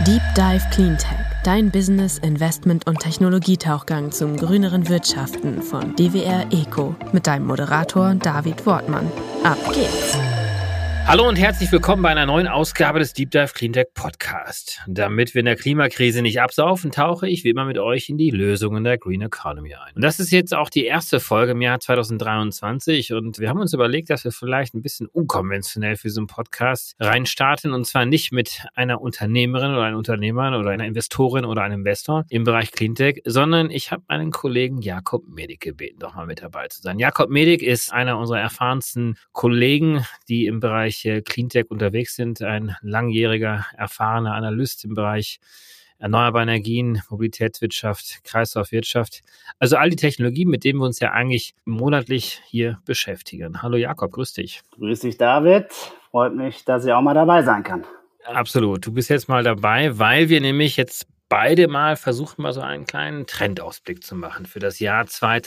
Deep Dive Cleantech, dein Business-, Investment- und Technologietauchgang zum grüneren Wirtschaften von DWR Eco mit deinem Moderator David Wortmann. Ab geht's! Hallo und herzlich willkommen bei einer neuen Ausgabe des Deep Dive Cleantech Podcast. Damit wir in der Klimakrise nicht absaufen, tauche ich wie immer mit euch in die Lösungen der Green Economy ein. Und das ist jetzt auch die erste Folge im Jahr 2023 und wir haben uns überlegt, dass wir vielleicht ein bisschen unkonventionell für so einen Podcast reinstarten, und zwar nicht mit einer Unternehmerin oder einem Unternehmer oder einer Investorin oder einem Investor im Bereich Cleantech, sondern ich habe meinen Kollegen Jakob Medig gebeten, doch mal mit dabei zu sein. Jakob Medig ist einer unserer erfahrensten Kollegen, die im Bereich Cleantech unterwegs sind, ein langjähriger, erfahrener Analyst im Bereich erneuerbare Energien, Mobilitätswirtschaft, Kreislaufwirtschaft. Also all die Technologien, mit denen wir uns ja eigentlich monatlich hier beschäftigen. Hallo Jakob, grüß dich. Grüß dich David, freut mich, dass ich auch mal dabei sein kann. Absolut, du bist jetzt mal dabei, weil wir nämlich jetzt beide mal versuchen, mal so einen kleinen Trendausblick zu machen für das Jahr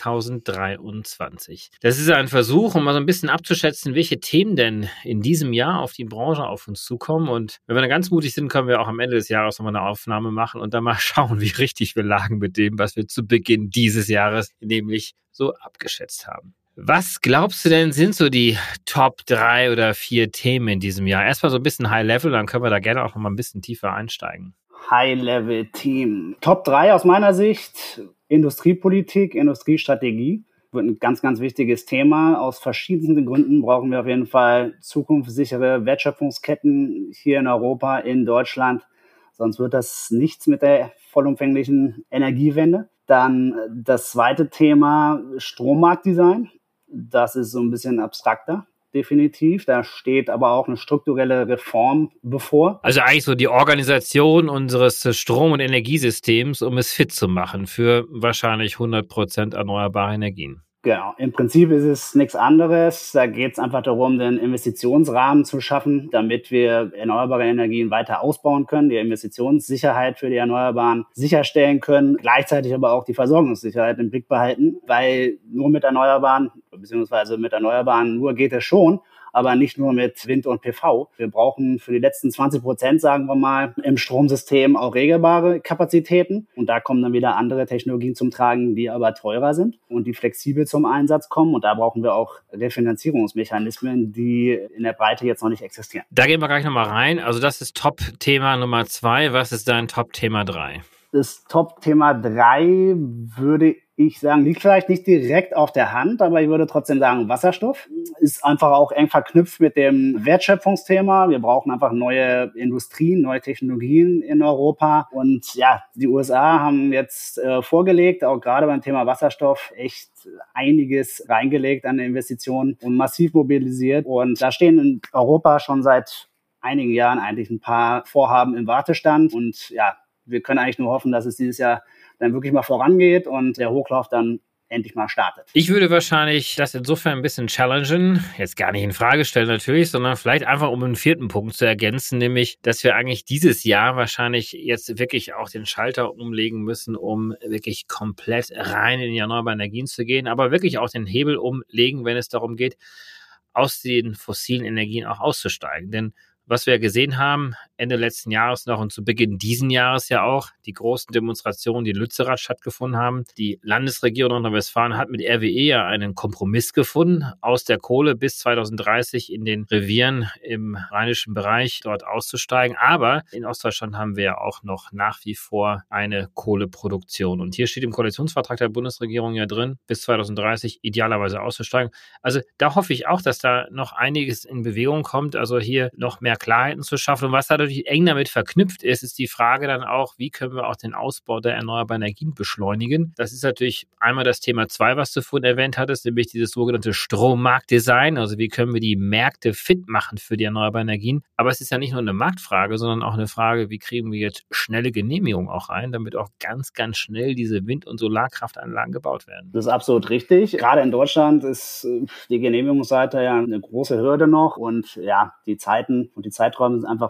2023. Das ist ein Versuch, um mal so ein bisschen abzuschätzen, welche Themen denn in diesem Jahr auf die Branche auf uns zukommen. Und wenn wir dann ganz mutig sind, können wir auch am Ende des Jahres nochmal eine Aufnahme machen und dann mal schauen, wie richtig wir lagen mit dem, was wir zu Beginn dieses Jahres nämlich so abgeschätzt haben. Was glaubst du denn, sind so die Top 3 oder 4 Themen in diesem Jahr? Erstmal so ein bisschen High Level, dann können wir da gerne auch noch mal ein bisschen tiefer einsteigen. High-Level-Team. Top 3 aus meiner Sicht: Industriepolitik, Industriestrategie. Wird ein ganz, ganz wichtiges Thema. Aus verschiedensten Gründen brauchen wir auf jeden Fall zukunftssichere Wertschöpfungsketten hier in Europa, in Deutschland. Sonst wird das nichts mit der vollumfänglichen Energiewende. Dann das zweite Thema: Strommarktdesign. Das ist so ein bisschen abstrakter. Definitiv. Da steht aber auch eine strukturelle Reform bevor. Also eigentlich so die Organisation unseres Strom- und Energiesystems, um es fit zu machen für wahrscheinlich 100% erneuerbare Energien. Genau. Im Prinzip ist es nichts anderes. Da geht es einfach darum, den Investitionsrahmen zu schaffen, damit wir erneuerbare Energien weiter ausbauen können, die Investitionssicherheit für die Erneuerbaren sicherstellen können, gleichzeitig aber auch die Versorgungssicherheit im Blick behalten, weil nur mit Erneuerbaren, beziehungsweise mit Erneuerbaren nur geht es schon, aber nicht nur mit Wind und PV. Wir brauchen für die letzten 20%, sagen wir mal, im Stromsystem auch regelbare Kapazitäten. Und da kommen dann wieder andere Technologien zum Tragen, die aber teurer sind und die flexibel zum Einsatz kommen. Und da brauchen wir auch Refinanzierungsmechanismen, die in der Breite jetzt noch nicht existieren. Da gehen wir gleich nochmal rein. Also das ist Top-Thema Nummer 2. Was ist dein Top-Thema 3? Das Top-Thema 3 würde ich sagen, liegt vielleicht nicht direkt auf der Hand, aber ich würde trotzdem sagen, Wasserstoff ist einfach auch eng verknüpft mit dem Wertschöpfungsthema. Wir brauchen einfach neue Industrien, neue Technologien in Europa. Und ja, die USA haben jetzt vorgelegt, auch gerade beim Thema Wasserstoff, echt einiges reingelegt an Investitionen und massiv mobilisiert. Und da stehen in Europa schon seit einigen Jahren eigentlich ein paar Vorhaben im Wartestand. Und ja, wir können eigentlich nur hoffen, dass es dieses Jahr dann wirklich mal vorangeht und der Hochlauf dann endlich mal startet. Ich würde wahrscheinlich das insofern ein bisschen challengen, jetzt gar nicht in Frage stellen natürlich, sondern vielleicht einfach um einen 4. Punkt zu ergänzen, nämlich, dass wir eigentlich dieses Jahr wahrscheinlich jetzt wirklich auch den Schalter umlegen müssen, um wirklich komplett rein in die erneuerbaren Energien zu gehen, aber wirklich auch den Hebel umlegen, wenn es darum geht, aus den fossilen Energien auch auszusteigen. Denn was wir gesehen haben, Ende letzten Jahres noch und zu Beginn diesen Jahres ja auch, die großen Demonstrationen, die in Lützerath stattgefunden haben. Die Landesregierung Nordrhein-Westfalen hat mit RWE ja einen Kompromiss gefunden, aus der Kohle bis 2030 in den Revieren im rheinischen Bereich dort auszusteigen. Aber in Ostdeutschland haben wir ja auch noch nach wie vor eine Kohleproduktion. Und hier steht im Koalitionsvertrag der Bundesregierung ja drin, bis 2030 idealerweise auszusteigen. Also da hoffe ich auch, dass da noch einiges in Bewegung kommt, also hier noch mehr Klarheiten zu schaffen. Und was da natürlich eng damit verknüpft ist, ist die Frage dann auch, wie können wir auch den Ausbau der erneuerbaren Energien beschleunigen. Das ist natürlich einmal das Thema 2, was du vorhin erwähnt hattest, nämlich dieses sogenannte Strommarktdesign. Also wie können wir die Märkte fit machen für die erneuerbaren Energien. Aber es ist ja nicht nur eine Marktfrage, sondern auch eine Frage, wie kriegen wir jetzt schnelle Genehmigungen auch rein, damit auch ganz, ganz schnell diese Wind- und Solarkraftanlagen gebaut werden. Das ist absolut richtig. Gerade in Deutschland ist die Genehmigungsseite ja eine große Hürde noch und ja, die Zeiten und die Zeiträume sind einfach viel zu lang.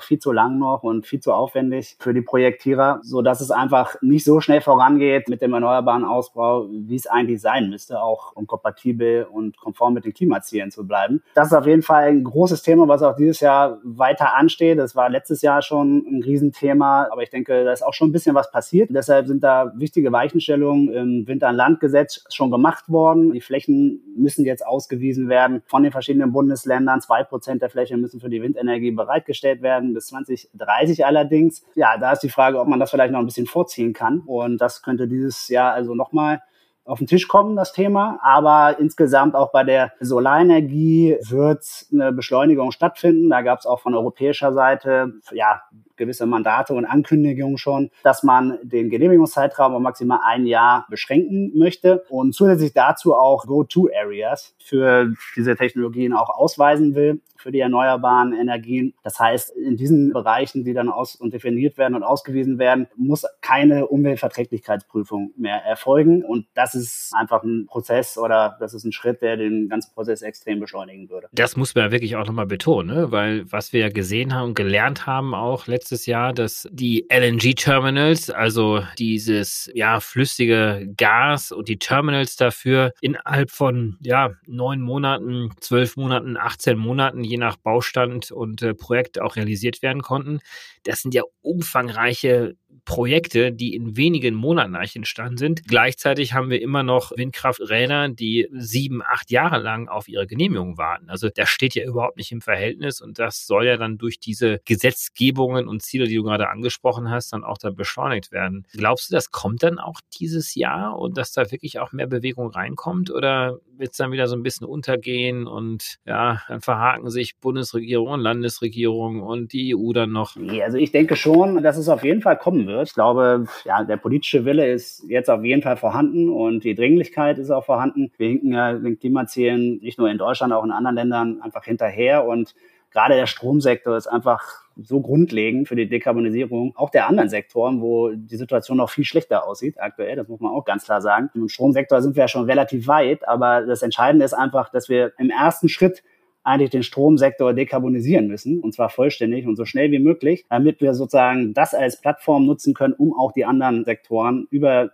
lang noch und viel zu aufwendig für die Projektierer, sodass es einfach nicht so schnell vorangeht mit dem erneuerbaren Ausbau, wie es eigentlich sein müsste, auch um kompatibel und konform mit den Klimazielen zu bleiben. Das ist auf jeden Fall ein großes Thema, was auch dieses Jahr weiter ansteht. Das war letztes Jahr schon ein Riesenthema, aber ich denke, da ist auch schon ein bisschen was passiert. Deshalb sind da wichtige Weichenstellungen im Wind-an-Land-Gesetz schon gemacht worden. Die Flächen müssen jetzt ausgewiesen werden von den verschiedenen Bundesländern. 2% der Fläche müssen für die Windenergie bereitgestellt werden, bis 2030 allerdings. Ja, da ist die Frage, ob man das vielleicht noch ein bisschen vorziehen kann. Und das könnte dieses Jahr also nochmal auf den Tisch kommen, das Thema. Aber insgesamt auch bei der Solarenergie wird eine Beschleunigung stattfinden. Da gab es auch von europäischer Seite gewisse Mandate und Ankündigungen schon, dass man den Genehmigungszeitraum auf maximal 1 Jahr beschränken möchte und zusätzlich dazu auch Go-To-Areas für diese Technologien auch ausweisen will, für die erneuerbaren Energien. Das heißt, in diesen Bereichen, die dann definiert werden und ausgewiesen werden, muss keine Umweltverträglichkeitsprüfung mehr erfolgen. Und das ist einfach ein Prozess oder das ist ein Schritt, der den ganzen Prozess extrem beschleunigen würde. Das muss man ja wirklich auch nochmal betonen, ne? Weil was wir ja gesehen haben und gelernt haben auch letztes Jahr, dass die LNG-Terminals, also dieses flüssige Gas und die Terminals dafür innerhalb von 9 Monaten, 12 Monaten, 18 Monaten, je nach Baustand und Projekt auch realisiert werden konnten. Das sind ja umfangreiche Projekte, die in wenigen Monaten eigentlich entstanden sind. Gleichzeitig haben wir immer noch Windkrafträder, die 7, 8 Jahre lang auf ihre Genehmigung warten. Also das steht ja überhaupt nicht im Verhältnis und das soll ja dann durch diese Gesetzgebungen und Ziele, die du gerade angesprochen hast, dann auch da beschleunigt werden. Glaubst du, das kommt dann auch dieses Jahr und dass da wirklich auch mehr Bewegung reinkommt oder wird es dann wieder so ein bisschen untergehen und dann verhaken sich Bundesregierung und Landesregierung und die EU dann noch? Nee, also ich denke schon, dass es auf jeden Fall kommen wird. Ich glaube, der politische Wille ist jetzt auf jeden Fall vorhanden und die Dringlichkeit ist auch vorhanden. Wir hinken ja den Klimazielen nicht nur in Deutschland, auch in anderen Ländern einfach hinterher und gerade der Stromsektor ist einfach so grundlegend für die Dekarbonisierung, auch der anderen Sektoren, wo die Situation noch viel schlechter aussieht aktuell, das muss man auch ganz klar sagen. Im Stromsektor sind wir ja schon relativ weit, aber das Entscheidende ist einfach, dass wir im ersten Schritt eigentlich den Stromsektor dekarbonisieren müssen, und zwar vollständig und so schnell wie möglich, damit wir sozusagen das als Plattform nutzen können, um auch die anderen Sektoren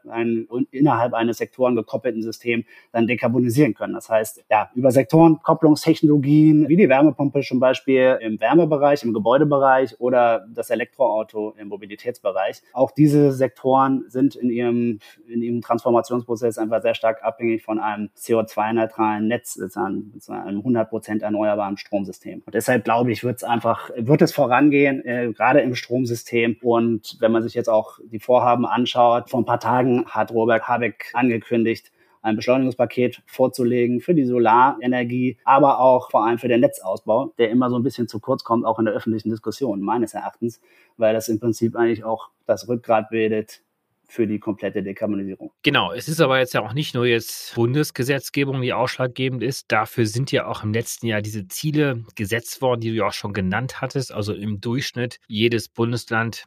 innerhalb eines Sektoren gekoppelten System dann dekarbonisieren können. Das heißt, über Sektorenkopplungstechnologien, wie die Wärmepumpe zum Beispiel im Wärmebereich, im Gebäudebereich oder das Elektroauto im Mobilitätsbereich. Auch diese Sektoren sind in ihrem Transformationsprozess einfach sehr stark abhängig von einem CO2-neutralen Netz, mit einem 100% erneuerbaren Stromsystem. Und deshalb glaube ich, wird es vorangehen, gerade im Stromsystem. Und wenn man sich jetzt auch die Vorhaben anschaut, vor ein paar Tagen hat Robert Habeck angekündigt, ein Beschleunigungspaket vorzulegen für die Solarenergie, aber auch vor allem für den Netzausbau, der immer so ein bisschen zu kurz kommt, auch in der öffentlichen Diskussion, meines Erachtens, weil das im Prinzip eigentlich auch das Rückgrat bildet für die komplette Dekarbonisierung. Genau, es ist aber jetzt ja auch nicht nur jetzt Bundesgesetzgebung, die ausschlaggebend ist. Dafür sind ja auch im letzten Jahr diese Ziele gesetzt worden, die du ja auch schon genannt hattest. Also im Durchschnitt jedes Bundesland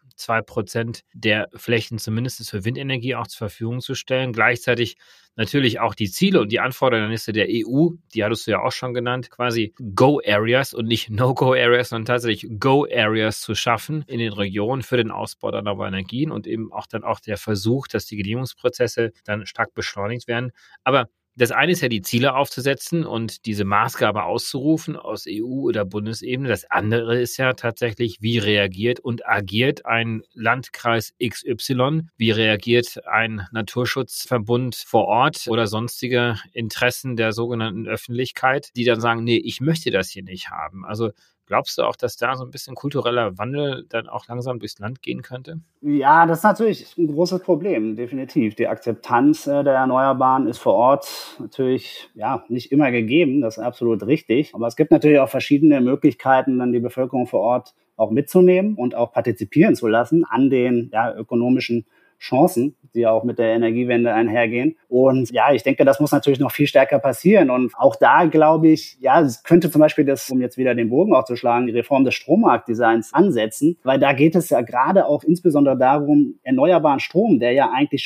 2% der Flächen zumindest für Windenergie auch zur Verfügung zu stellen. Gleichzeitig natürlich auch die Ziele und die Anfordernisse der EU, die hattest du ja auch schon genannt, quasi Go-Areas und nicht No-Go-Areas, sondern tatsächlich Go-Areas zu schaffen in den Regionen für den Ausbau der erneuerbaren Energien und eben auch dann auch der Versuch, dass die Genehmigungsprozesse dann stark beschleunigt werden. Aber das eine ist ja, die Ziele aufzusetzen und diese Maßgabe auszurufen aus EU- oder Bundesebene. Das andere ist ja tatsächlich, wie reagiert und agiert ein Landkreis XY? Wie reagiert ein Naturschutzverbund vor Ort oder sonstige Interessen der sogenannten Öffentlichkeit, die dann sagen, nee, ich möchte das hier nicht haben? Also glaubst du auch, dass da so ein bisschen kultureller Wandel dann auch langsam durchs Land gehen könnte? Ja, das ist natürlich ein großes Problem, definitiv. Die Akzeptanz der Erneuerbaren ist vor Ort natürlich nicht immer gegeben, das ist absolut richtig. Aber es gibt natürlich auch verschiedene Möglichkeiten, dann die Bevölkerung vor Ort auch mitzunehmen und auch partizipieren zu lassen an den ökonomischen Chancen, die auch mit der Energiewende einhergehen. Und ich denke, das muss natürlich noch viel stärker passieren. Und auch da glaube ich, es könnte zum Beispiel um jetzt wieder den Bogen aufzuschlagen, die Reform des Strommarktdesigns ansetzen, weil da geht es ja gerade auch insbesondere darum, erneuerbaren Strom, der ja eigentlich schon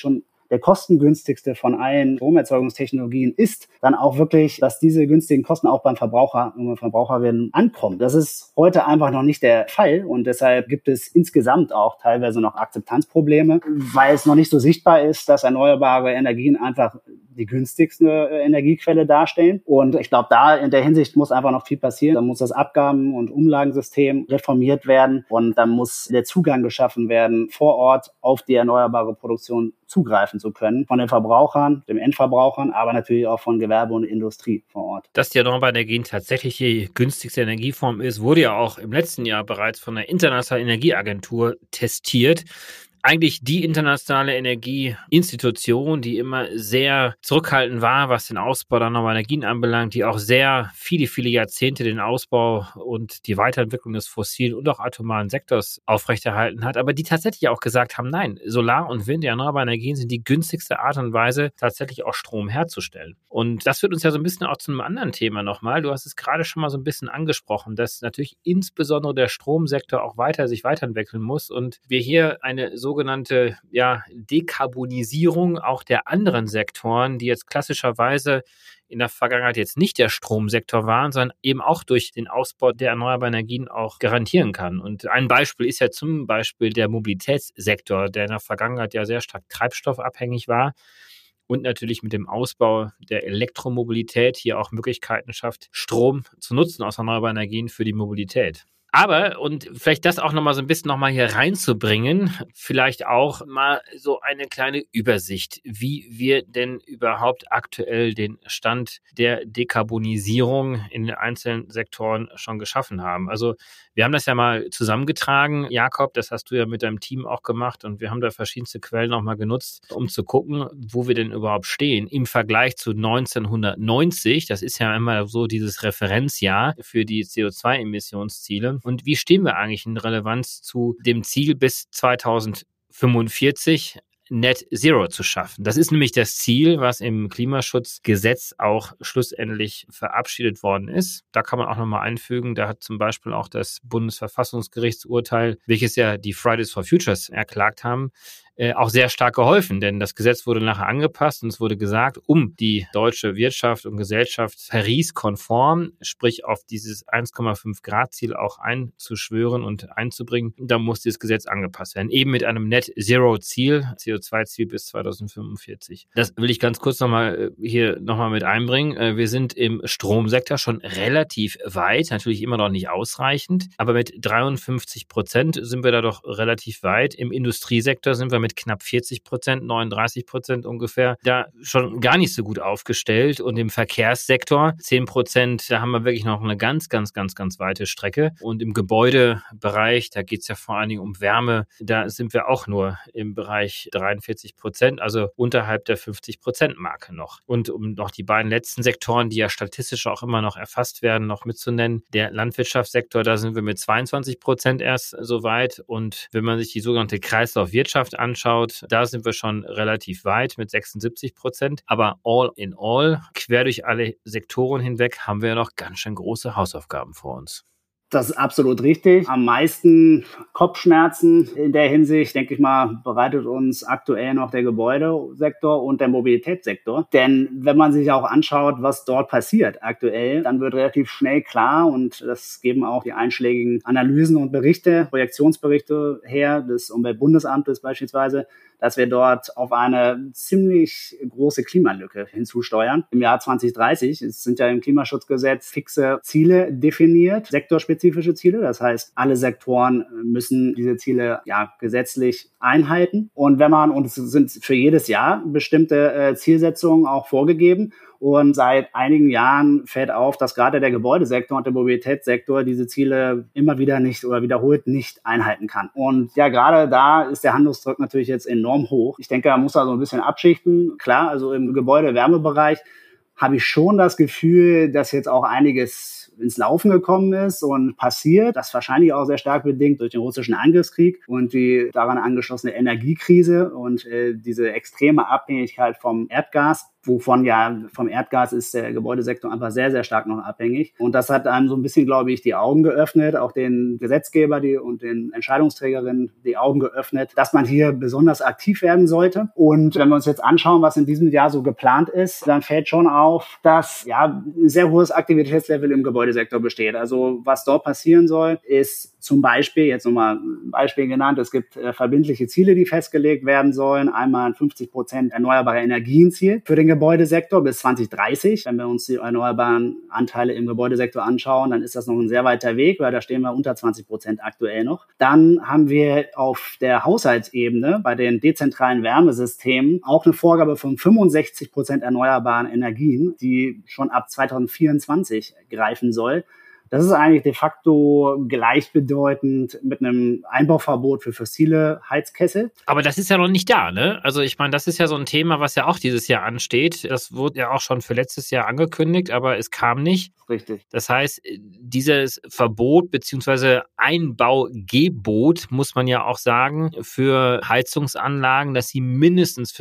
der kostengünstigste von allen Stromerzeugungstechnologien ist, dann auch wirklich, dass diese günstigen Kosten auch beim Verbraucher und Verbraucherinnen ankommen. Das ist heute einfach noch nicht der Fall und deshalb gibt es insgesamt auch teilweise noch Akzeptanzprobleme, weil es noch nicht so sichtbar ist, dass erneuerbare Energien einfach die günstigste Energiequelle darstellen. Und ich glaube, da in der Hinsicht muss einfach noch viel passieren. Da muss das Abgaben- und Umlagensystem reformiert werden und dann muss der Zugang geschaffen werden, vor Ort auf die erneuerbare Produktion zugreifen zu können. Von den Verbrauchern, den Endverbrauchern, aber natürlich auch von Gewerbe und Industrie vor Ort. Dass die erneuerbare Energien tatsächlich die günstigste Energieform ist, wurde ja auch im letzten Jahr bereits von der Internationalen Energieagentur testiert. Eigentlich die internationale Energieinstitution, die immer sehr zurückhaltend war, was den Ausbau der erneuerbaren Energien anbelangt, die auch sehr viele Jahrzehnte den Ausbau und die Weiterentwicklung des fossilen und auch atomaren Sektors aufrechterhalten hat, aber die tatsächlich auch gesagt haben, nein, Solar und Wind, die erneuerbaren Energien sind die günstigste Art und Weise, tatsächlich auch Strom herzustellen. Und das führt uns ja so ein bisschen auch zu einem anderen Thema nochmal. Du hast es gerade schon mal so ein bisschen angesprochen, dass natürlich insbesondere der Stromsektor auch sich weiterentwickeln muss und wir hier eine sogenannte Dekarbonisierung auch der anderen Sektoren, die jetzt klassischerweise in der Vergangenheit jetzt nicht der Stromsektor waren, sondern eben auch durch den Ausbau der erneuerbaren Energien auch garantieren kann. Und ein Beispiel ist ja zum Beispiel der Mobilitätssektor, der in der Vergangenheit ja sehr stark treibstoffabhängig war und natürlich mit dem Ausbau der Elektromobilität hier auch Möglichkeiten schafft, Strom zu nutzen aus erneuerbaren Energien für die Mobilität. Aber, und vielleicht das auch nochmal so ein bisschen nochmal hier reinzubringen, vielleicht auch mal so eine kleine Übersicht, wie wir denn überhaupt aktuell den Stand der Dekarbonisierung in den einzelnen Sektoren schon geschaffen haben. Also wir haben das ja mal zusammengetragen, Jakob, das hast du ja mit deinem Team auch gemacht und wir haben da verschiedenste Quellen nochmal genutzt, um zu gucken, wo wir denn überhaupt stehen im Vergleich zu 1990. Das ist ja immer so dieses Referenzjahr für die CO2-Emissionsziele. Und wie stehen wir eigentlich in Relevanz zu dem Ziel bis 2045 Net Zero zu schaffen? Das ist nämlich das Ziel, was im Klimaschutzgesetz auch schlussendlich verabschiedet worden ist. Da kann man auch nochmal einfügen, da hat zum Beispiel auch das Bundesverfassungsgerichtsurteil, welches ja die Fridays for Futures erklagt haben, auch sehr stark geholfen, denn das Gesetz wurde nachher angepasst und es wurde gesagt, um die deutsche Wirtschaft und Gesellschaft Paris-konform, sprich auf dieses 1,5 Grad Ziel auch einzuschwören und einzubringen, da muss dieses Gesetz angepasst werden, eben mit einem Net Zero Ziel, CO2-Ziel bis 2045. Das will ich ganz kurz nochmal mit einbringen. Wir sind im Stromsektor schon relativ weit, natürlich immer noch nicht ausreichend, aber mit 53% sind wir da doch relativ weit. Im Industriesektor sind wir mit knapp 40%, 39% ungefähr, da schon gar nicht so gut aufgestellt. Und im Verkehrssektor 10%, da haben wir wirklich noch eine ganz weite Strecke. Und im Gebäudebereich, da geht es ja vor allen Dingen um Wärme, da sind wir auch nur im Bereich 43%, also unterhalb der 50%-Marke noch. Und um noch die beiden letzten Sektoren, die ja statistisch auch immer noch erfasst werden, noch mitzunennen, der Landwirtschaftssektor, da sind wir mit 22% erst so weit. Und wenn man sich die sogenannte Kreislaufwirtschaft anschaut, da sind wir schon relativ weit mit 76%. Aber all in all, quer durch alle Sektoren hinweg, haben wir ja noch ganz schön große Hausaufgaben vor uns. Das ist absolut richtig. Am meisten Kopfschmerzen in der Hinsicht, denke ich mal, bereitet uns aktuell noch der Gebäudesektor und der Mobilitätssektor. Denn wenn man sich auch anschaut, was dort passiert aktuell, dann wird relativ schnell klar, und das geben auch die einschlägigen Analysen und Berichte, Projektionsberichte her des Umweltbundesamtes beispielsweise, dass wir dort auf eine ziemlich große Klimalücke hinzusteuern. Im Jahr 2030 sind ja im Klimaschutzgesetz fixe Ziele definiert, sektorspezifische Ziele. Das heißt, alle Sektoren müssen diese Ziele gesetzlich einhalten. Und es sind für jedes Jahr bestimmte Zielsetzungen auch vorgegeben. Und seit einigen Jahren fällt auf, dass gerade der Gebäudesektor und der Mobilitätssektor diese Ziele immer wieder nicht oder wiederholt nicht einhalten kann. Und ja, gerade da ist der Handlungsdruck natürlich jetzt enorm hoch. Ich denke, man muss da so ein bisschen abschichten. Klar, also im Gebäude-Wärmebereich habe ich schon das Gefühl, dass jetzt auch einiges ins Laufen gekommen ist und passiert. Das wahrscheinlich auch sehr stark bedingt durch den russischen Angriffskrieg und die daran angeschlossene Energiekrise und diese extreme Abhängigkeit vom Erdgas. wovon ja vom Erdgas ist der Gebäudesektor einfach sehr, sehr stark noch abhängig. Und das hat einem so ein bisschen, glaube ich, die Augen geöffnet, auch den Gesetzgeber und den Entscheidungsträgerinnen die Augen geöffnet, dass man hier besonders aktiv werden sollte. Und wenn wir uns jetzt anschauen, was in diesem Jahr so geplant ist, dann fällt schon auf, dass ja ein sehr hohes Aktivitätslevel im Gebäudesektor besteht. Also was dort passieren soll, ist zum Beispiel, jetzt nochmal ein Beispiel genannt, es gibt verbindliche Ziele, die festgelegt werden sollen. Einmal ein 50% erneuerbare Energienziel für den Gebäudesektor bis 2030. Wenn wir uns die erneuerbaren Anteile im Gebäudesektor anschauen, dann ist das noch ein sehr weiter Weg, weil da stehen wir unter 20% aktuell noch. Dann haben wir auf der Haushaltsebene bei den dezentralen Wärmesystemen auch eine Vorgabe von 65% erneuerbaren Energien, die schon ab 2024 greifen soll. Das ist eigentlich de facto gleichbedeutend mit einem Einbauverbot für fossile Heizkessel. Aber das ist ja noch nicht da, ne? Also ich meine, das ist ja so ein Thema, was ja auch dieses Jahr ansteht. Das wurde ja auch schon für letztes Jahr angekündigt, aber es kam nicht. Richtig. Das heißt, dieses Verbot bzw. Einbaugebot, muss man ja auch sagen, für Heizungsanlagen, dass sie mindestens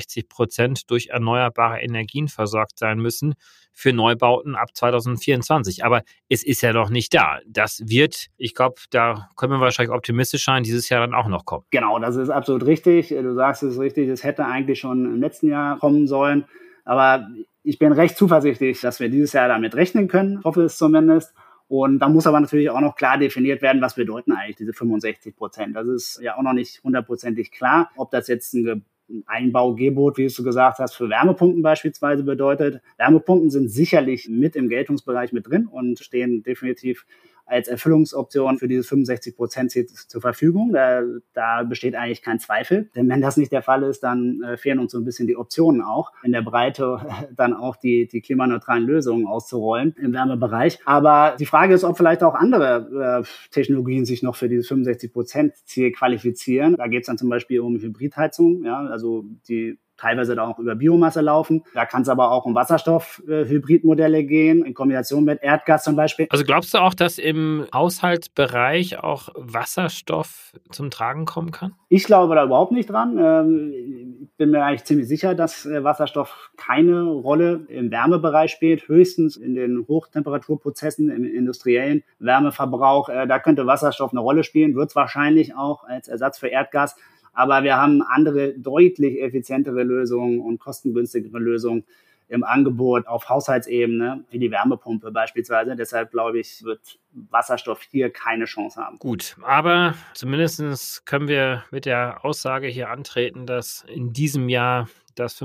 65% durch erneuerbare Energien versorgt sein müssen, für Neubauten ab 2024. Aber es ist ja noch nicht da. Das wird, ich glaube, da können wir wahrscheinlich optimistisch sein, dieses Jahr dann auch noch kommen. Genau, das ist absolut richtig. Du sagst es richtig, es hätte eigentlich schon im letzten Jahr kommen sollen. Aber ich bin recht zuversichtlich, dass wir dieses Jahr damit rechnen können. Ich hoffe es zumindest. Und da muss aber natürlich auch noch klar definiert werden, was bedeuten eigentlich diese 65%. Das ist ja auch noch nicht hundertprozentig klar, ob das jetzt ein Einbaugebot, wie du gesagt hast, für Wärmepumpen beispielsweise bedeutet. Wärmepumpen sind sicherlich mit im Geltungsbereich mit drin und stehen definitiv als Erfüllungsoption für dieses 65%-Ziel zur Verfügung. Da besteht eigentlich kein Zweifel. Denn wenn das nicht der Fall ist, dann fehlen uns so ein bisschen die Optionen auch, in der Breite dann auch die klimaneutralen Lösungen auszurollen im Wärmebereich. Aber die Frage ist, ob vielleicht auch andere Technologien sich noch für dieses 65%-Ziel qualifizieren. Da geht es dann zum Beispiel um Hybridheizung, ja, also die teilweise da auch über Biomasse laufen. Da kann es aber auch um Wasserstoff-Hybridmodelle gehen, in Kombination mit Erdgas zum Beispiel. Also glaubst du auch, dass im Haushaltsbereich auch Wasserstoff zum Tragen kommen kann? Ich glaube da überhaupt nicht dran. Ich bin mir eigentlich ziemlich sicher, dass Wasserstoff keine Rolle im Wärmebereich spielt, höchstens in den Hochtemperaturprozessen, im industriellen Wärmeverbrauch. Da könnte Wasserstoff eine Rolle spielen, wird es wahrscheinlich auch als Ersatz für Erdgas. Aber wir haben andere, deutlich effizientere Lösungen und kostengünstigere Lösungen im Angebot auf Haushaltsebene, wie die Wärmepumpe beispielsweise. Deshalb glaube ich, wird Wasserstoff hier keine Chance haben. Gut, aber zumindest können wir mit der Aussage hier antreten, dass in diesem Jahr das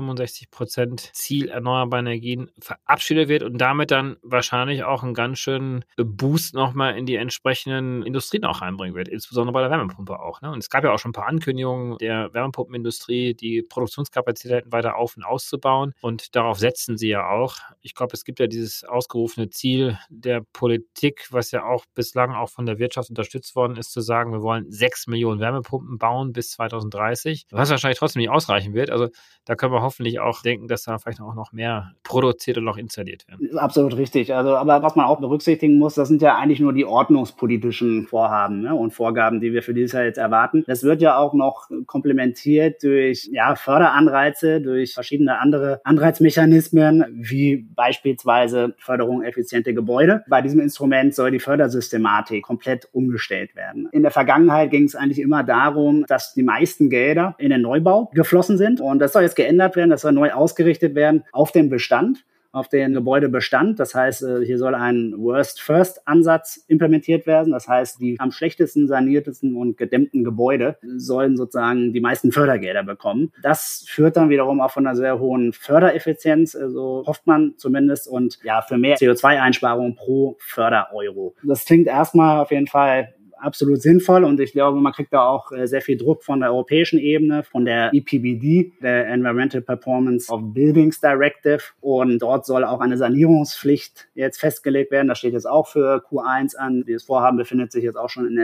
65% Ziel erneuerbare Energien verabschiedet wird und damit dann wahrscheinlich auch einen ganz schönen Boost nochmal in die entsprechenden Industrien auch reinbringen wird, insbesondere bei der Wärmepumpe auch. Ne? Und es gab ja auch schon ein paar Ankündigungen der Wärmepumpenindustrie, die Produktionskapazitäten weiter auf- und auszubauen und darauf setzen sie ja auch. Ich glaube, es gibt ja dieses ausgerufene Ziel der Politik, was ja auch bislang auch von der Wirtschaft unterstützt worden ist, zu sagen, wir wollen 6 Millionen Wärmepumpen bauen bis 2030, was wahrscheinlich trotzdem nicht ausreichen wird. Also da können wir hoffentlich auch denken, dass da vielleicht auch noch mehr produziert und noch installiert werden. Das ist absolut richtig. Also, aber was man auch berücksichtigen muss, das sind ja eigentlich nur die ordnungspolitischen Vorhaben, ne, und Vorgaben, die wir für dieses Jahr jetzt erwarten. Das wird ja auch noch komplementiert durch Förderanreize, durch verschiedene andere Anreizmechanismen, wie beispielsweise Förderung effiziente Gebäude. Bei diesem Instrument soll die Fördersystematik komplett umgestellt werden. In der Vergangenheit ging es eigentlich immer darum, dass die meisten Gelder in den Neubau geflossen sind. Und das soll jetzt geändert werden, das soll neu ausgerichtet werden auf den Bestand, auf den Gebäudebestand. Das heißt, hier soll ein Worst-First-Ansatz implementiert werden. Das heißt, die am schlechtesten saniertesten und gedämmten Gebäude sollen sozusagen die meisten Fördergelder bekommen. Das führt dann wiederum auch von einer sehr hohen Fördereffizienz, so hofft man zumindest, und für mehr CO2-Einsparungen pro Fördereuro. Das klingt erstmal auf jeden Fall absolut sinnvoll und ich glaube, man kriegt da auch sehr viel Druck von der europäischen Ebene, von der EPBD, der Environmental Performance of Buildings Directive, und dort soll auch eine Sanierungspflicht jetzt festgelegt werden. Das steht jetzt auch für Q1 an. Dieses Vorhaben befindet sich jetzt auch schon in den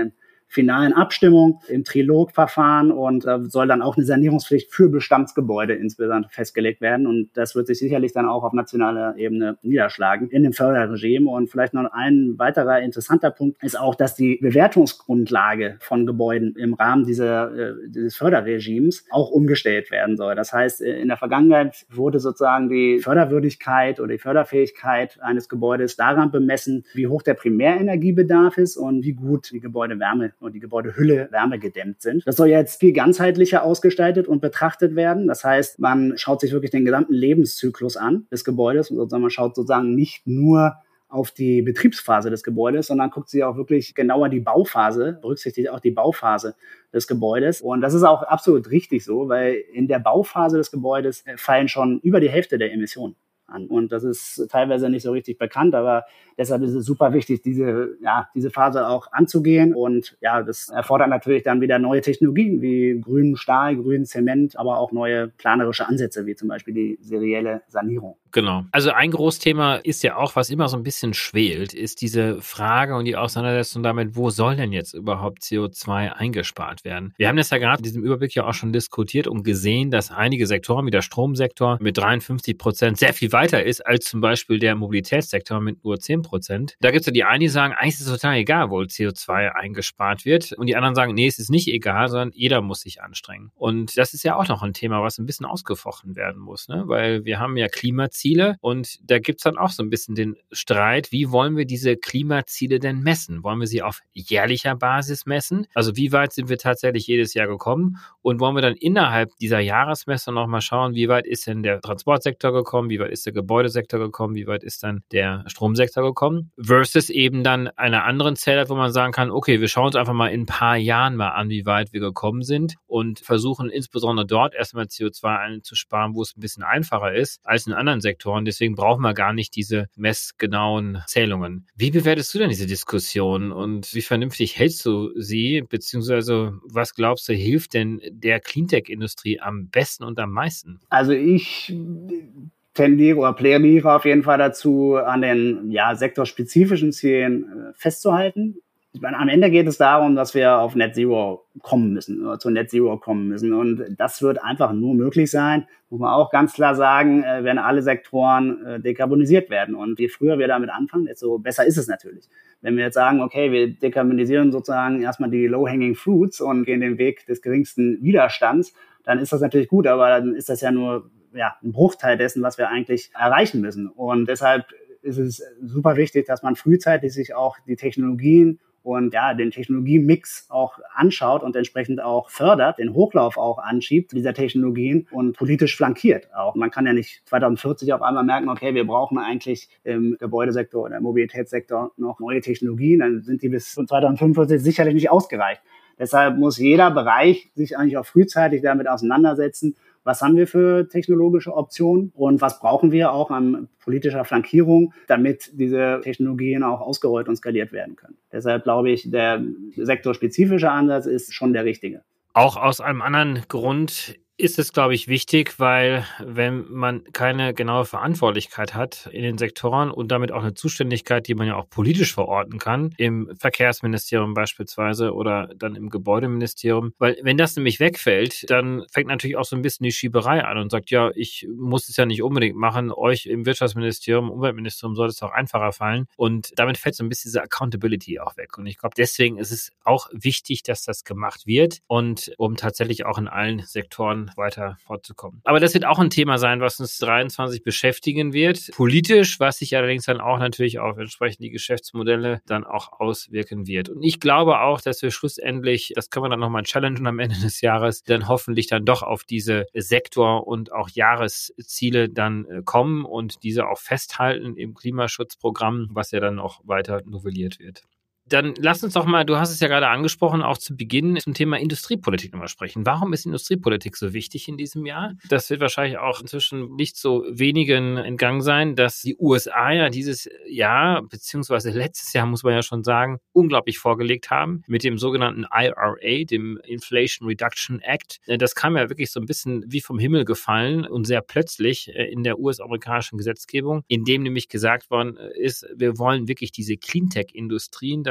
finalen Abstimmung im Trilogverfahren und soll dann auch eine Sanierungspflicht für Bestandsgebäude insbesondere festgelegt werden. Und das wird sich sicherlich dann auch auf nationaler Ebene niederschlagen in dem Förderregime. Und vielleicht noch ein weiterer interessanter Punkt ist auch, dass die Bewertungsgrundlage von Gebäuden im Rahmen dieses Förderregimes auch umgestellt werden soll. Das heißt, in der Vergangenheit wurde sozusagen die Förderwürdigkeit oder die Förderfähigkeit eines Gebäudes daran bemessen, wie hoch der Primärenergiebedarf ist und wie gut die Gebäudewärme und die Gebäudehülle wärmegedämmt sind. Das soll jetzt viel ganzheitlicher ausgestaltet und betrachtet werden. Das heißt, man schaut sich wirklich den gesamten Lebenszyklus an des Gebäudes und man schaut sozusagen nicht nur auf die Betriebsphase des Gebäudes, sondern guckt sich auch wirklich genauer die Bauphase, berücksichtigt auch die Bauphase des Gebäudes. Und das ist auch absolut richtig so, weil in der Bauphase des Gebäudes fallen schon über die Hälfte der Emissionen an. Und das ist teilweise nicht so richtig bekannt, aber deshalb ist es super wichtig, diese Phase auch anzugehen. Und ja, das erfordert natürlich dann wieder neue Technologien wie grünen Stahl, grünen Zement, aber auch neue planerische Ansätze, wie zum Beispiel die serielle Sanierung. Genau. Also ein Großthema ist ja auch, was immer so ein bisschen schwelt, ist diese Frage und die Auseinandersetzung damit, wo soll denn jetzt überhaupt CO2 eingespart werden? Wir haben das ja gerade in diesem Überblick ja auch schon diskutiert und gesehen, dass einige Sektoren wie der Stromsektor mit 53% sehr viel weiter ist als zum Beispiel der Mobilitätssektor mit nur 10%. Da gibt es ja die einen, die sagen, eigentlich ist es total egal, wo CO2 eingespart wird. Und die anderen sagen, nee, es ist nicht egal, sondern jeder muss sich anstrengen. Und das ist ja auch noch ein Thema, was ein bisschen ausgefochten werden muss, ne? Weil wir haben ja Klimaziele und da gibt es dann auch so ein bisschen den Streit, wie wollen wir diese Klimaziele denn messen? Wollen wir sie auf jährlicher Basis messen? Also wie weit sind wir tatsächlich jedes Jahr gekommen? Und wollen wir dann innerhalb dieser Jahresmessung nochmal schauen, wie weit ist denn der Transportsektor gekommen, wie weit ist der Gebäudesektor gekommen, wie weit ist dann der Stromsektor gekommen? Versus eben dann einer anderen Zählart, wo man sagen kann, okay, wir schauen uns einfach mal in ein paar Jahren mal an, wie weit wir gekommen sind und versuchen insbesondere dort erstmal CO2 einzusparen, wo es ein bisschen einfacher ist als in anderen Sektoren. Deswegen brauchen wir gar nicht diese messgenauen Zählungen. Wie bewertest du denn diese Diskussion und wie vernünftig hältst du sie, beziehungsweise was glaubst du, hilft denn der Cleantech-Industrie am besten und am meisten? Also ich tendiere oder plädiere auf jeden Fall dazu, an den sektorspezifischen Zielen festzuhalten. Ich meine, am Ende geht es darum, dass wir auf Net Zero kommen müssen, oder zu Net Zero kommen müssen. Und das wird einfach nur möglich sein, muss man auch ganz klar sagen, wenn alle Sektoren dekarbonisiert werden. Und je früher wir damit anfangen, desto besser ist es natürlich. Wenn wir jetzt sagen, okay, wir dekarbonisieren sozusagen erstmal die low-hanging fruits und gehen den Weg des geringsten Widerstands, dann ist das natürlich gut, aber dann ist das ja nur ein Bruchteil dessen, was wir eigentlich erreichen müssen. Und deshalb ist es super wichtig, dass man frühzeitig sich auch die Technologien und den Technologiemix auch anschaut und entsprechend auch fördert, den Hochlauf auch anschiebt dieser Technologien und politisch flankiert auch. Man kann ja nicht 2040 auf einmal merken, okay, wir brauchen eigentlich im Gebäudesektor oder im Mobilitätssektor noch neue Technologien, dann sind die bis 2045 sicherlich nicht ausgereicht. Deshalb muss jeder Bereich sich eigentlich auch frühzeitig damit auseinandersetzen, was haben wir für technologische Optionen und was brauchen wir auch an politischer Flankierung, damit diese Technologien auch ausgerollt und skaliert werden können. Deshalb glaube ich, der sektorspezifische Ansatz ist schon der richtige. Auch aus einem anderen Grund ist es, glaube ich, wichtig, weil wenn man keine genaue Verantwortlichkeit hat in den Sektoren und damit auch eine Zuständigkeit, die man ja auch politisch verorten kann, im Verkehrsministerium beispielsweise oder dann im Gebäudeministerium, weil wenn das nämlich wegfällt, dann fängt natürlich auch so ein bisschen die Schieberei an und sagt, ja, ich muss es ja nicht unbedingt machen, euch im Wirtschaftsministerium, Umweltministerium soll es auch einfacher fallen und damit fällt so ein bisschen diese Accountability auch weg und ich glaube, deswegen ist es auch wichtig, dass das gemacht wird und um tatsächlich auch in allen Sektoren weiter fortzukommen. Aber das wird auch ein Thema sein, was uns 2023 beschäftigen wird. Politisch, was sich allerdings dann auch natürlich auf entsprechend die Geschäftsmodelle dann auch auswirken wird. Und ich glaube auch, dass wir schlussendlich, das können wir dann nochmal challengen am Ende des Jahres, dann hoffentlich dann doch auf diese Sektor- und auch Jahresziele dann kommen und diese auch festhalten im Klimaschutzprogramm, was ja dann auch weiter novelliert wird. Dann lass uns doch mal, du hast es ja gerade angesprochen, auch zu Beginn zum Thema Industriepolitik nochmal sprechen. Warum ist Industriepolitik so wichtig in diesem Jahr? Das wird wahrscheinlich auch inzwischen nicht so wenigen entgangen sein, dass die USA ja dieses Jahr, beziehungsweise letztes Jahr, muss man ja schon sagen, unglaublich vorgelegt haben mit dem sogenannten IRA, dem Inflation Reduction Act. Das kam ja wirklich so ein bisschen wie vom Himmel gefallen und sehr plötzlich in der US-amerikanischen Gesetzgebung, in dem nämlich gesagt worden ist, wir wollen wirklich diese Cleantech-Industrien da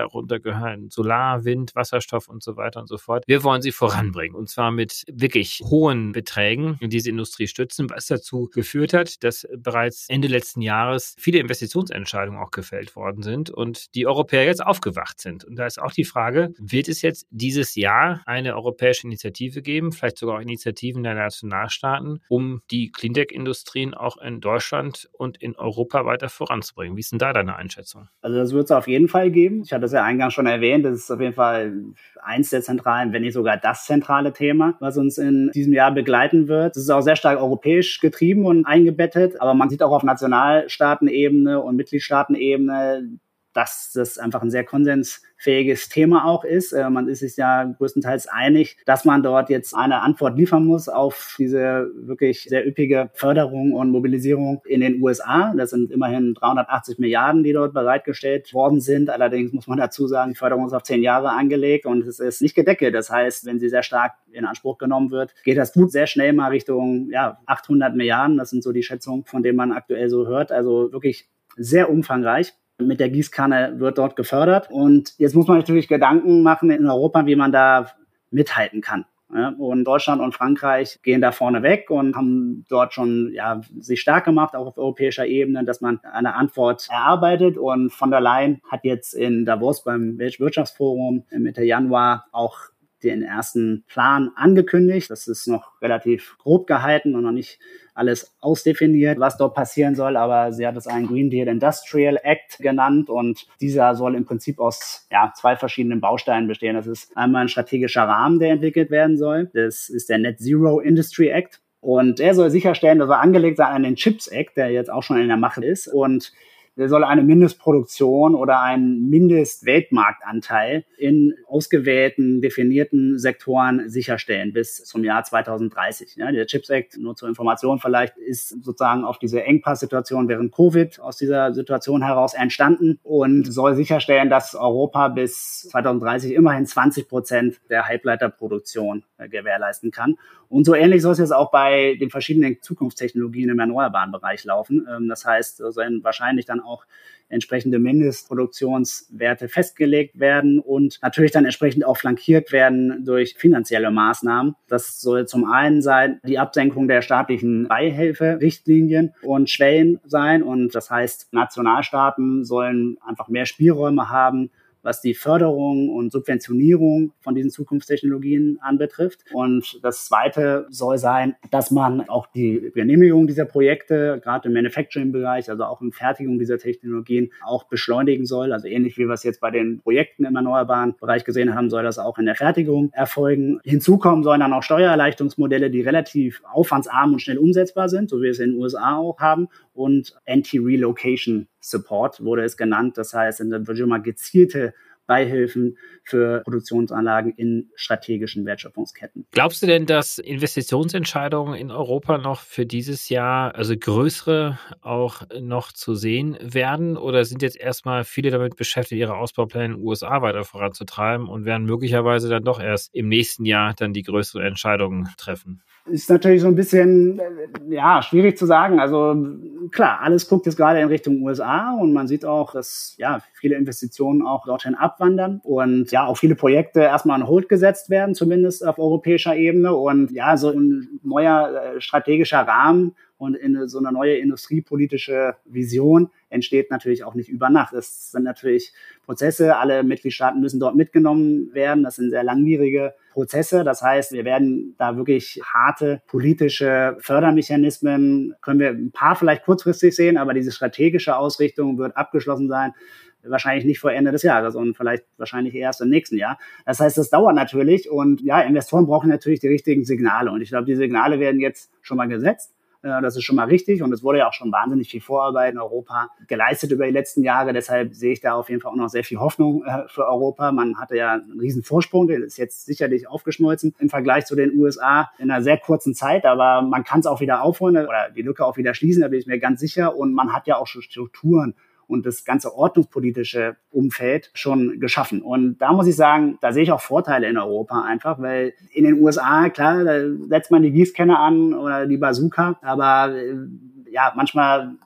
darunter gehören Solar, Wind, Wasserstoff und so weiter und so fort. Wir wollen sie voranbringen und zwar mit wirklich hohen Beträgen in diese Industrie stützen, was dazu geführt hat, dass bereits Ende letzten Jahres viele Investitionsentscheidungen auch gefällt worden sind und die Europäer jetzt aufgewacht sind. Und da ist auch die Frage, wird es jetzt dieses Jahr eine europäische Initiative geben, vielleicht sogar auch Initiativen der Nationalstaaten, um die Cleantech-Industrien auch in Deutschland und in Europa weiter voranzubringen? Wie ist denn da deine Einschätzung? Also das wird es auf jeden Fall geben. Ich hatte es ja eingangs schon erwähnt, das ist auf jeden Fall eins der zentralen, wenn nicht sogar das zentrale Thema, was uns in diesem Jahr begleiten wird. Es ist auch sehr stark europäisch getrieben und eingebettet, aber man sieht auch auf Nationalstaatenebene und Mitgliedstaatenebene, dass das einfach ein sehr konsensfähiges Thema auch ist. Man ist sich ja größtenteils einig, dass man dort jetzt eine Antwort liefern muss auf diese wirklich sehr üppige Förderung und Mobilisierung in den USA. Das sind immerhin 380 Milliarden, die dort bereitgestellt worden sind. Allerdings muss man dazu sagen, die Förderung ist auf 10 Jahre angelegt und es ist nicht gedeckelt. Das heißt, wenn sie sehr stark in Anspruch genommen wird, geht das gut sehr schnell mal Richtung 800 Milliarden. Das sind so die Schätzungen, von denen man aktuell so hört. Also wirklich sehr umfangreich. Mit der Gießkanne wird dort gefördert. Und jetzt muss man natürlich Gedanken machen in Europa, wie man da mithalten kann. Ja, und Deutschland und Frankreich gehen da vorne weg und haben dort schon sich stark gemacht, auch auf europäischer Ebene, dass man eine Antwort erarbeitet. Und von der Leyen hat jetzt in Davos beim Weltwirtschaftsforum Mitte Januar auch den ersten Plan angekündigt. Das ist noch relativ grob gehalten und noch nicht alles ausdefiniert, was dort passieren soll, aber sie hat es einen Green Deal Industrial Act genannt und dieser soll im Prinzip aus 2 verschiedenen Bausteinen bestehen. Das ist einmal ein strategischer Rahmen, der entwickelt werden soll. Das ist der Net Zero Industry Act und der soll sicherstellen, dass er angelegt sein an den Chips Act, der jetzt auch schon in der Mache ist und der soll eine Mindestproduktion oder einen Mindestweltmarktanteil in ausgewählten, definierten Sektoren sicherstellen bis zum Jahr 2030. Ja, der Chips Act, nur zur Information vielleicht, ist sozusagen auf diese Engpasssituation während Covid aus dieser Situation heraus entstanden und soll sicherstellen, dass Europa bis 2030 immerhin 20% der Halbleiterproduktion gewährleisten kann. Und so ähnlich soll es jetzt auch bei den verschiedenen Zukunftstechnologien im erneuerbaren Bereich laufen. Das heißt, sollen wahrscheinlich dann auch entsprechende Mindestproduktionswerte festgelegt werden und natürlich dann entsprechend auch flankiert werden durch finanzielle Maßnahmen. Das soll zum einen sein die Absenkung der staatlichen Beihilferichtlinien und Schwellen sein. Und das heißt, Nationalstaaten sollen einfach mehr Spielräume haben, was die Förderung und Subventionierung von diesen Zukunftstechnologien anbetrifft. Und das Zweite soll sein, dass man auch die Genehmigung dieser Projekte, gerade im Manufacturing-Bereich, also auch in Fertigung dieser Technologien, auch beschleunigen soll. Also ähnlich wie wir es jetzt bei den Projekten im erneuerbaren Bereich gesehen haben, soll das auch in der Fertigung erfolgen. Hinzu kommen sollen dann auch Steuererleichterungsmodelle, die relativ aufwandsarm und schnell umsetzbar sind, so wie wir es in den USA auch haben. Und Anti-Relocation Support wurde es genannt. Das heißt, da wird schon mal gezielte Beihilfen für Produktionsanlagen in strategischen Wertschöpfungsketten. Glaubst du denn, dass Investitionsentscheidungen in Europa noch für dieses Jahr, also größere, auch noch zu sehen werden? Oder sind jetzt erstmal viele damit beschäftigt, ihre Ausbaupläne in den USA weiter voranzutreiben und werden möglicherweise dann doch erst im nächsten Jahr dann die größeren Entscheidungen treffen? Ist natürlich so ein bisschen, schwierig zu sagen. Also klar, alles guckt jetzt gerade in Richtung USA und man sieht auch, dass viele Investitionen auch dorthin abwandern und auch viele Projekte erstmal on hold gesetzt werden, zumindest auf europäischer Ebene und so ein neuer strategischer Rahmen und in so eine neue industriepolitische Vision entsteht natürlich auch nicht über Nacht. Es sind natürlich Prozesse, alle Mitgliedstaaten müssen dort mitgenommen werden. Das sind sehr langwierige Prozesse. Das heißt, wir werden da wirklich harte politische Fördermechanismen, können wir ein paar vielleicht kurzfristig sehen, aber diese strategische Ausrichtung wird abgeschlossen sein. Wahrscheinlich nicht vor Ende des Jahres und wahrscheinlich erst im nächsten Jahr. Das heißt, das dauert natürlich und Investoren brauchen natürlich die richtigen Signale und ich glaube, die Signale werden jetzt schon mal gesetzt. Das ist schon mal richtig und es wurde ja auch schon wahnsinnig viel Vorarbeit in Europa geleistet über die letzten Jahre. Deshalb sehe ich da auf jeden Fall auch noch sehr viel Hoffnung für Europa. Man hatte ja einen riesen Vorsprung, der ist jetzt sicherlich aufgeschmolzen im Vergleich zu den USA in einer sehr kurzen Zeit, aber man kann es auch wieder aufholen oder die Lücke auch wieder schließen, da bin ich mir ganz sicher und man hat ja auch schon Strukturen und das ganze ordnungspolitische Umfeld schon geschaffen. Und da muss ich sagen, da sehe ich auch Vorteile in Europa einfach, weil in den USA, klar, da setzt man die Gießkanne an oder die Bazooka, aber manchmal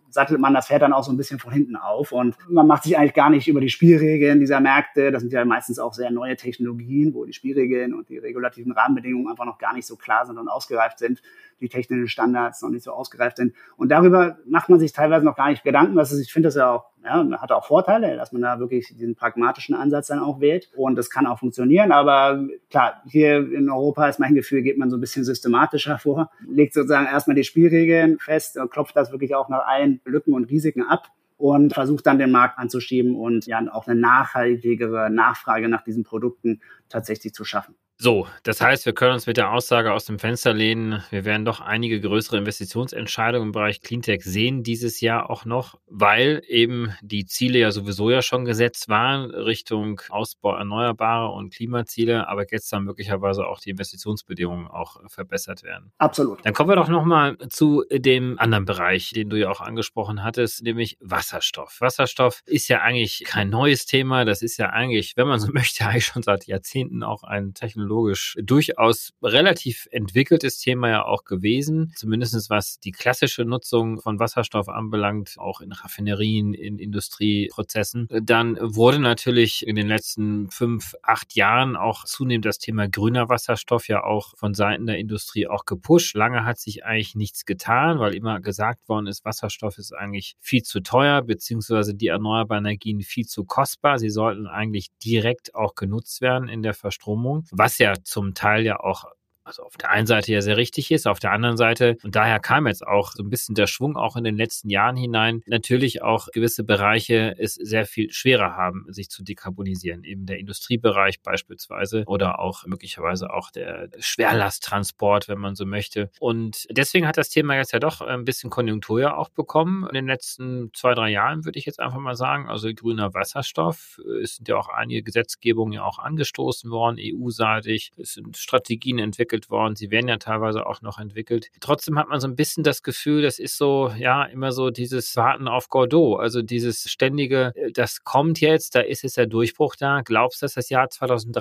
sattelt man das Pferd dann auch so ein bisschen von hinten auf und man macht sich eigentlich gar nicht über die Spielregeln dieser Märkte. Das sind ja meistens auch sehr neue Technologien, wo die Spielregeln und die regulativen Rahmenbedingungen einfach noch gar nicht so klar sind und ausgereift sind, die technischen Standards noch nicht so ausgereift sind. Und darüber macht man sich teilweise noch gar nicht Gedanken. Ich finde das ja auch, hat auch Vorteile, dass man da wirklich diesen pragmatischen Ansatz dann auch wählt. Und das kann auch funktionieren. Aber klar, hier in Europa ist mein Gefühl, geht man so ein bisschen systematischer vor, legt sozusagen erstmal die Spielregeln fest und klopft das wirklich auch nach allen Lücken und Risiken ab und versucht dann den Markt anzuschieben und ja auch eine nachhaltigere Nachfrage nach diesen Produkten tatsächlich zu schaffen. So, das heißt, wir können uns mit der Aussage aus dem Fenster lehnen, wir werden doch einige größere Investitionsentscheidungen im Bereich Cleantech sehen dieses Jahr auch noch, weil eben die Ziele ja sowieso ja schon gesetzt waren, Richtung Ausbau erneuerbarer und Klimaziele, aber jetzt dann möglicherweise auch die Investitionsbedingungen auch verbessert werden. Absolut. Dann kommen wir doch nochmal zu dem anderen Bereich, den du ja auch angesprochen hattest, nämlich Wasserstoff. Wasserstoff ist ja eigentlich kein neues Thema, das ist ja eigentlich, wenn man so möchte, eigentlich schon seit Jahrzehnten auch ein technologisch durchaus relativ entwickeltes Thema ja auch gewesen, zumindest was die klassische Nutzung von Wasserstoff anbelangt, auch in Raffinerien, in Industrieprozessen. Dann wurde natürlich in den letzten 5-8 Jahren auch zunehmend das Thema grüner Wasserstoff ja auch von Seiten der Industrie auch gepusht. Lange hat sich eigentlich nichts getan, weil immer gesagt worden ist, Wasserstoff ist eigentlich viel zu teuer, beziehungsweise die erneuerbaren Energien viel zu kostbar. Sie sollten eigentlich direkt auch genutzt werden in der Verstromung, was ja zum Teil ja auch also auf der einen Seite ja sehr richtig ist, auf der anderen Seite, und daher kam jetzt auch so ein bisschen der Schwung auch in den letzten Jahren hinein, natürlich auch gewisse Bereiche es sehr viel schwerer haben, sich zu dekarbonisieren, eben der Industriebereich beispielsweise oder auch möglicherweise auch der Schwerlasttransport, wenn man so möchte. Und deswegen hat das Thema jetzt ja doch ein bisschen Konjunktur ja auch bekommen in den letzten 2-3 Jahren, würde ich jetzt einfach mal sagen. Also grüner Wasserstoff, es sind ja auch einige Gesetzgebungen ja auch angestoßen worden, EU-seitig, es sind Strategien entwickelt worden, sie werden ja teilweise auch noch entwickelt. Trotzdem hat man so ein bisschen das Gefühl, das ist so, ja, immer so dieses Warten auf Godot, also dieses ständige, das kommt jetzt, da ist jetzt der Durchbruch da. Glaubst du, dass das Jahr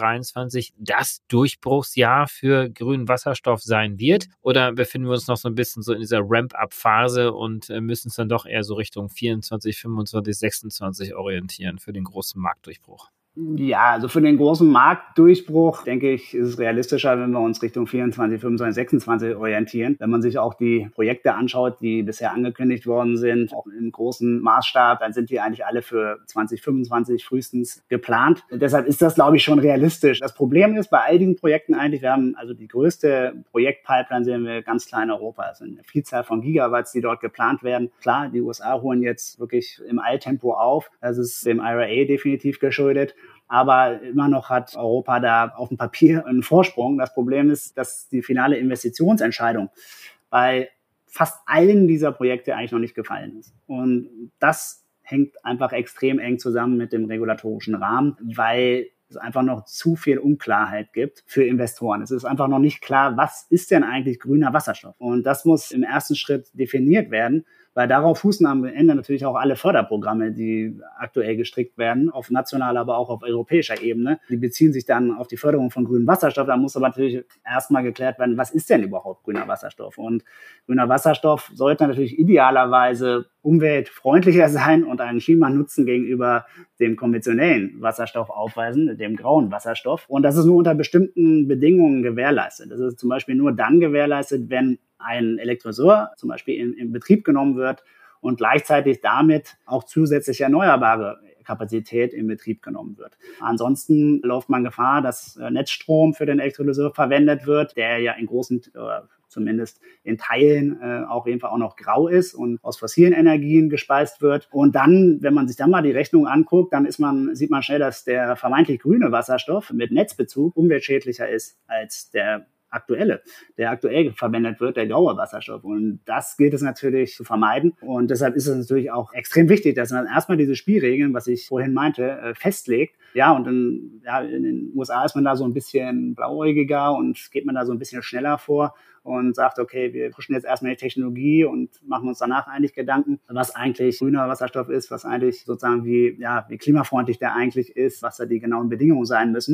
2023 das Durchbruchsjahr für grünen Wasserstoff sein wird? Oder befinden wir uns noch so ein bisschen so in dieser Ramp-up-Phase und müssen es dann doch eher so Richtung 24, 25, 26 orientieren für den großen Marktdurchbruch? Ja, also für den großen Marktdurchbruch, denke ich, ist es realistischer, wenn wir uns Richtung 24, 25, 26 orientieren. Wenn man sich auch die Projekte anschaut, die bisher angekündigt worden sind, auch im großen Maßstab, dann sind die eigentlich alle für 2025 frühestens geplant. Deshalb ist das, glaube ich, schon realistisch. Das Problem ist bei all diesen Projekten eigentlich, wir haben also die größte Projektpipeline sehen wir ganz klar in Europa. Es sind eine Vielzahl von Gigawatts, die dort geplant werden. Klar, die USA holen jetzt wirklich im Eiltempo auf. Das ist dem IRA definitiv geschuldet. Aber immer noch hat Europa da auf dem Papier einen Vorsprung. Das Problem ist, dass die finale Investitionsentscheidung bei fast allen dieser Projekte eigentlich noch nicht gefallen ist. Und das hängt einfach extrem eng zusammen mit dem regulatorischen Rahmen, weil es einfach noch zu viel Unklarheit gibt für Investoren. Es ist einfach noch nicht klar, was ist denn eigentlich grüner Wasserstoff? Und das muss im ersten Schritt definiert werden, weil darauf fußen am Ende natürlich auch alle Förderprogramme, die aktuell gestrickt werden, auf nationaler, aber auch auf europäischer Ebene. Die beziehen sich dann auf die Förderung von grünem Wasserstoff. Da muss aber natürlich erstmal geklärt werden, was ist denn überhaupt grüner Wasserstoff? Und grüner Wasserstoff sollte natürlich idealerweise umweltfreundlicher sein und einen Klimanutzen gegenüber dem konventionellen Wasserstoff aufweisen, dem grauen Wasserstoff. Und das ist nur unter bestimmten Bedingungen gewährleistet. Das ist zum Beispiel nur dann gewährleistet, wenn ein Elektrolyseur zum Beispiel in Betrieb genommen wird und gleichzeitig damit auch zusätzlich erneuerbare Kapazität in Betrieb genommen wird. Ansonsten läuft man Gefahr, dass Netzstrom für den Elektrolyseur verwendet wird, der ja in großen, zumindest in Teilen auf jeden Fall auch noch grau ist und aus fossilen Energien gespeist wird. Und dann, wenn man sich dann mal die Rechnung anguckt, dann sieht man schnell, dass der vermeintlich grüne Wasserstoff mit Netzbezug umweltschädlicher ist als der aktuell verwendet wird, der graue Wasserstoff. Und das gilt es natürlich zu vermeiden. Und deshalb ist es natürlich auch extrem wichtig, dass man erstmal diese Spielregeln, was ich vorhin meinte, festlegt. Ja, und in den USA ist man da so ein bisschen blauäugiger und geht man da so ein bisschen schneller vor und sagt, okay, wir pushen jetzt erstmal die Technologie und machen uns danach eigentlich Gedanken, was eigentlich grüner Wasserstoff ist, was eigentlich sozusagen wie klimafreundlich der eigentlich ist, was da die genauen Bedingungen sein müssen.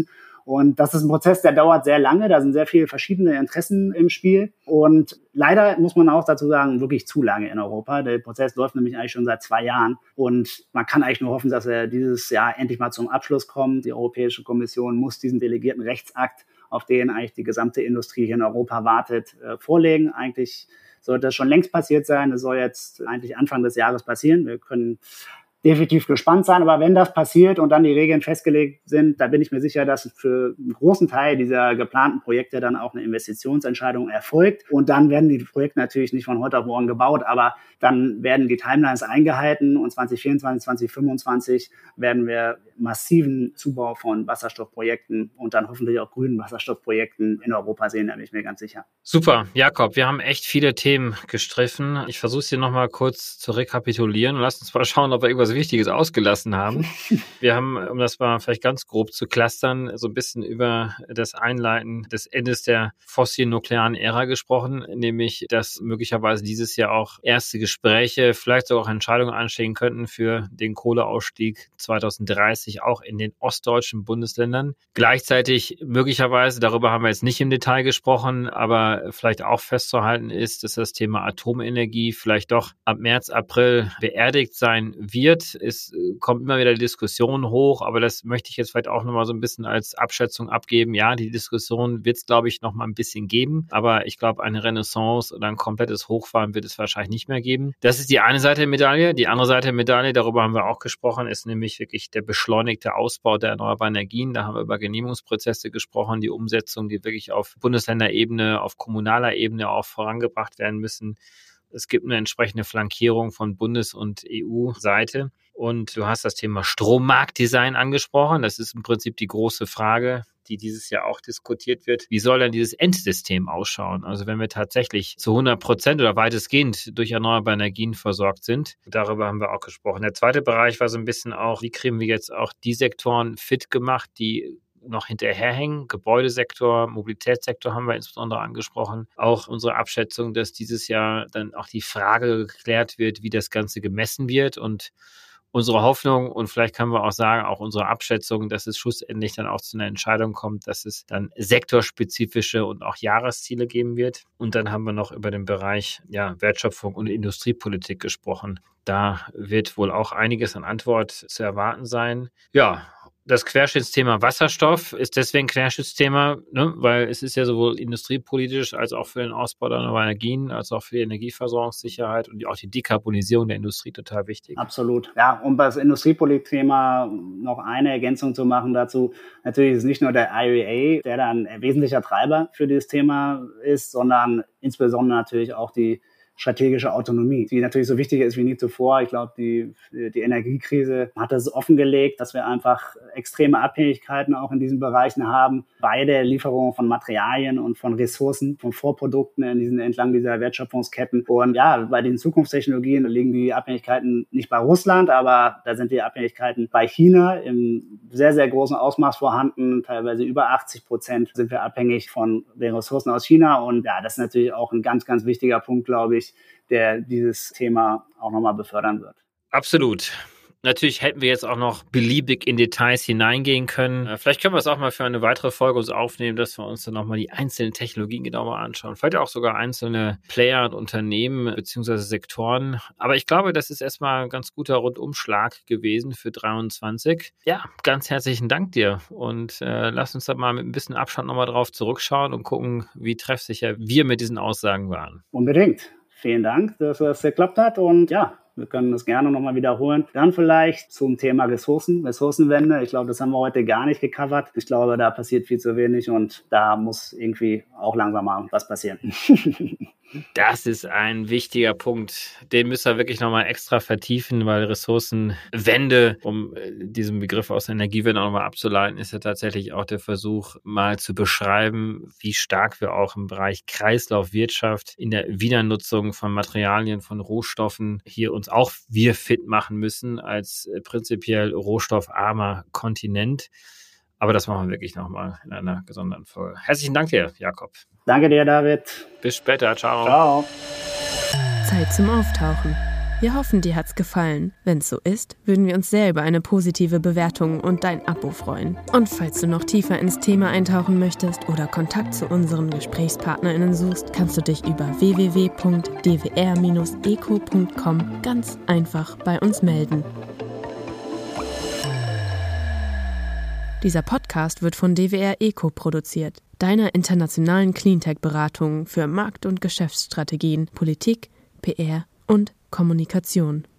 Und das ist ein Prozess, der dauert sehr lange. Da sind sehr viele verschiedene Interessen im Spiel. Und leider muss man auch dazu sagen, wirklich zu lange in Europa. Der Prozess läuft nämlich eigentlich schon seit 2 Jahren. Und man kann eigentlich nur hoffen, dass er dieses Jahr endlich mal zum Abschluss kommt. Die Europäische Kommission muss diesen delegierten Rechtsakt, auf den eigentlich die gesamte Industrie hier in Europa wartet, vorlegen. Eigentlich sollte das schon längst passiert sein. Das soll jetzt eigentlich Anfang des Jahres passieren. Wir können definitiv gespannt sein. Aber wenn das passiert und dann die Regeln festgelegt sind, da bin ich mir sicher, dass für einen großen Teil dieser geplanten Projekte dann auch eine Investitionsentscheidung erfolgt. Und dann werden die Projekte natürlich nicht von heute auf morgen gebaut, aber dann werden die Timelines eingehalten und 2024, 2025 werden wir massiven Zubau von Wasserstoffprojekten und dann hoffentlich auch grünen Wasserstoffprojekten in Europa sehen, da bin ich mir ganz sicher. Super, Jakob, wir haben echt viele Themen gestriffen. Ich versuche es hier nochmal kurz zu rekapitulieren und lass uns mal schauen, ob wir irgendwas Wichtiges ausgelassen haben. Wir haben, um das mal vielleicht ganz grob zu clustern, so ein bisschen über das Einleiten des Endes der fossilen nuklearen Ära gesprochen, nämlich, dass möglicherweise dieses Jahr auch erste Gespräche, vielleicht sogar auch Entscheidungen anstehen könnten für den Kohleausstieg 2030, auch in den ostdeutschen Bundesländern. Gleichzeitig möglicherweise, darüber haben wir jetzt nicht im Detail gesprochen, aber vielleicht auch festzuhalten ist, dass das Thema Atomenergie vielleicht doch ab März, April beerdigt sein wird. Es kommt immer wieder die Diskussion hoch, aber das möchte ich jetzt vielleicht auch nochmal so ein bisschen als Abschätzung abgeben. Ja, die Diskussion wird es, glaube ich, noch mal ein bisschen geben, aber ich glaube, eine Renaissance oder ein komplettes Hochfahren wird es wahrscheinlich nicht mehr geben. Das ist die eine Seite der Medaille. Die andere Seite der Medaille, darüber haben wir auch gesprochen, ist nämlich wirklich der beschleunigte Ausbau der erneuerbaren Energien. Da haben wir über Genehmigungsprozesse gesprochen, die Umsetzung, die wirklich auf Bundesländerebene, auf kommunaler Ebene auch vorangebracht werden müssen. Es gibt eine entsprechende Flankierung von Bundes- und EU-Seite. Und du hast das Thema Strommarktdesign angesprochen. Das ist im Prinzip die große Frage, die dieses Jahr auch diskutiert wird. Wie soll denn dieses Endsystem ausschauen? Also wenn wir tatsächlich zu 100% oder weitestgehend durch erneuerbare Energien versorgt sind, darüber haben wir auch gesprochen. Der zweite Bereich war so ein bisschen auch, wie kriegen wir jetzt auch die Sektoren fit gemacht, die noch hinterherhängen. Gebäudesektor, Mobilitätssektor haben wir insbesondere angesprochen. Auch unsere Abschätzung, dass dieses Jahr dann auch die Frage geklärt wird, wie das Ganze gemessen wird und unsere Hoffnung und vielleicht können wir auch sagen, auch unsere Abschätzung, dass es schlussendlich dann auch zu einer Entscheidung kommt, dass es dann sektorspezifische und auch Jahresziele geben wird. Und dann haben wir noch über den Bereich Wertschöpfung und Industriepolitik gesprochen. Da wird wohl auch einiges an Antwort zu erwarten sein. Ja, das Querschnittsthema Wasserstoff ist deswegen Querschnittsthema, weil es ist ja sowohl industriepolitisch als auch für den Ausbau der erneuerbaren Energien, als auch für die Energieversorgungssicherheit und auch die Dekarbonisierung der Industrie total wichtig. Absolut. Ja, um das Industriepolitik-Thema noch eine Ergänzung zu machen dazu, natürlich ist es nicht nur der IRA, der dann ein wesentlicher Treiber für dieses Thema ist, sondern insbesondere natürlich auch die strategische Autonomie, die natürlich so wichtig ist wie nie zuvor. Ich glaube, die Energiekrise hat das offengelegt, dass wir einfach extreme Abhängigkeiten auch in diesen Bereichen haben, bei der Lieferung von Materialien und von Ressourcen, von Vorprodukten entlang dieser Wertschöpfungsketten. Und ja, bei den Zukunftstechnologien liegen die Abhängigkeiten nicht bei Russland, aber da sind die Abhängigkeiten bei China im sehr, sehr großen Ausmaß vorhanden. Teilweise über 80% sind wir abhängig von den Ressourcen aus China. Und ja, das ist natürlich auch ein ganz, ganz wichtiger Punkt, glaube ich, der dieses Thema auch nochmal befördern wird. Absolut. Natürlich hätten wir jetzt auch noch beliebig in Details hineingehen können. Vielleicht können wir es auch mal für eine weitere Folge uns aufnehmen, dass wir uns dann nochmal die einzelnen Technologien genauer anschauen. Vielleicht auch sogar einzelne Player und Unternehmen bzw. Sektoren. Aber ich glaube, das ist erstmal ein ganz guter Rundumschlag gewesen für 2023. Ja, ganz herzlichen Dank dir. Und lass uns da mal mit ein bisschen Abstand nochmal drauf zurückschauen und gucken, wie treffsicher wir mit diesen Aussagen waren. Unbedingt. Vielen Dank, dass das geklappt hat. Und ja, wir können das gerne nochmal wiederholen. Dann vielleicht zum Thema Ressourcenwende. Ich glaube, das haben wir heute gar nicht gecovert. Ich glaube, da passiert viel zu wenig und da muss irgendwie auch langsam mal was passieren. Das ist ein wichtiger Punkt. Den müssen wir wirklich nochmal extra vertiefen, weil Ressourcenwende, um diesen Begriff aus der Energiewende auch nochmal abzuleiten, ist ja tatsächlich auch der Versuch, mal zu beschreiben, wie stark wir auch im Bereich Kreislaufwirtschaft in der Wiedernutzung von Materialien, von Rohstoffen hier uns auch wir fit machen müssen als prinzipiell rohstoffarmer Kontinent. Aber das machen wir wirklich nochmal in einer gesonderten Folge. Herzlichen Dank dir, Jakob. Danke dir, David. Bis später. Ciao. Ciao. Zeit zum Auftauchen. Wir hoffen, dir hat's gefallen. Wenn's so ist, würden wir uns sehr über eine positive Bewertung und dein Abo freuen. Und falls du noch tiefer ins Thema eintauchen möchtest oder Kontakt zu unseren GesprächspartnerInnen suchst, kannst du dich über www.dwr-eco.com ganz einfach bei uns melden. Dieser Podcast wird von DWR Eco produziert, deiner internationalen Cleantech-Beratung für Markt- und Geschäftsstrategien, Politik, PR und Kommunikation.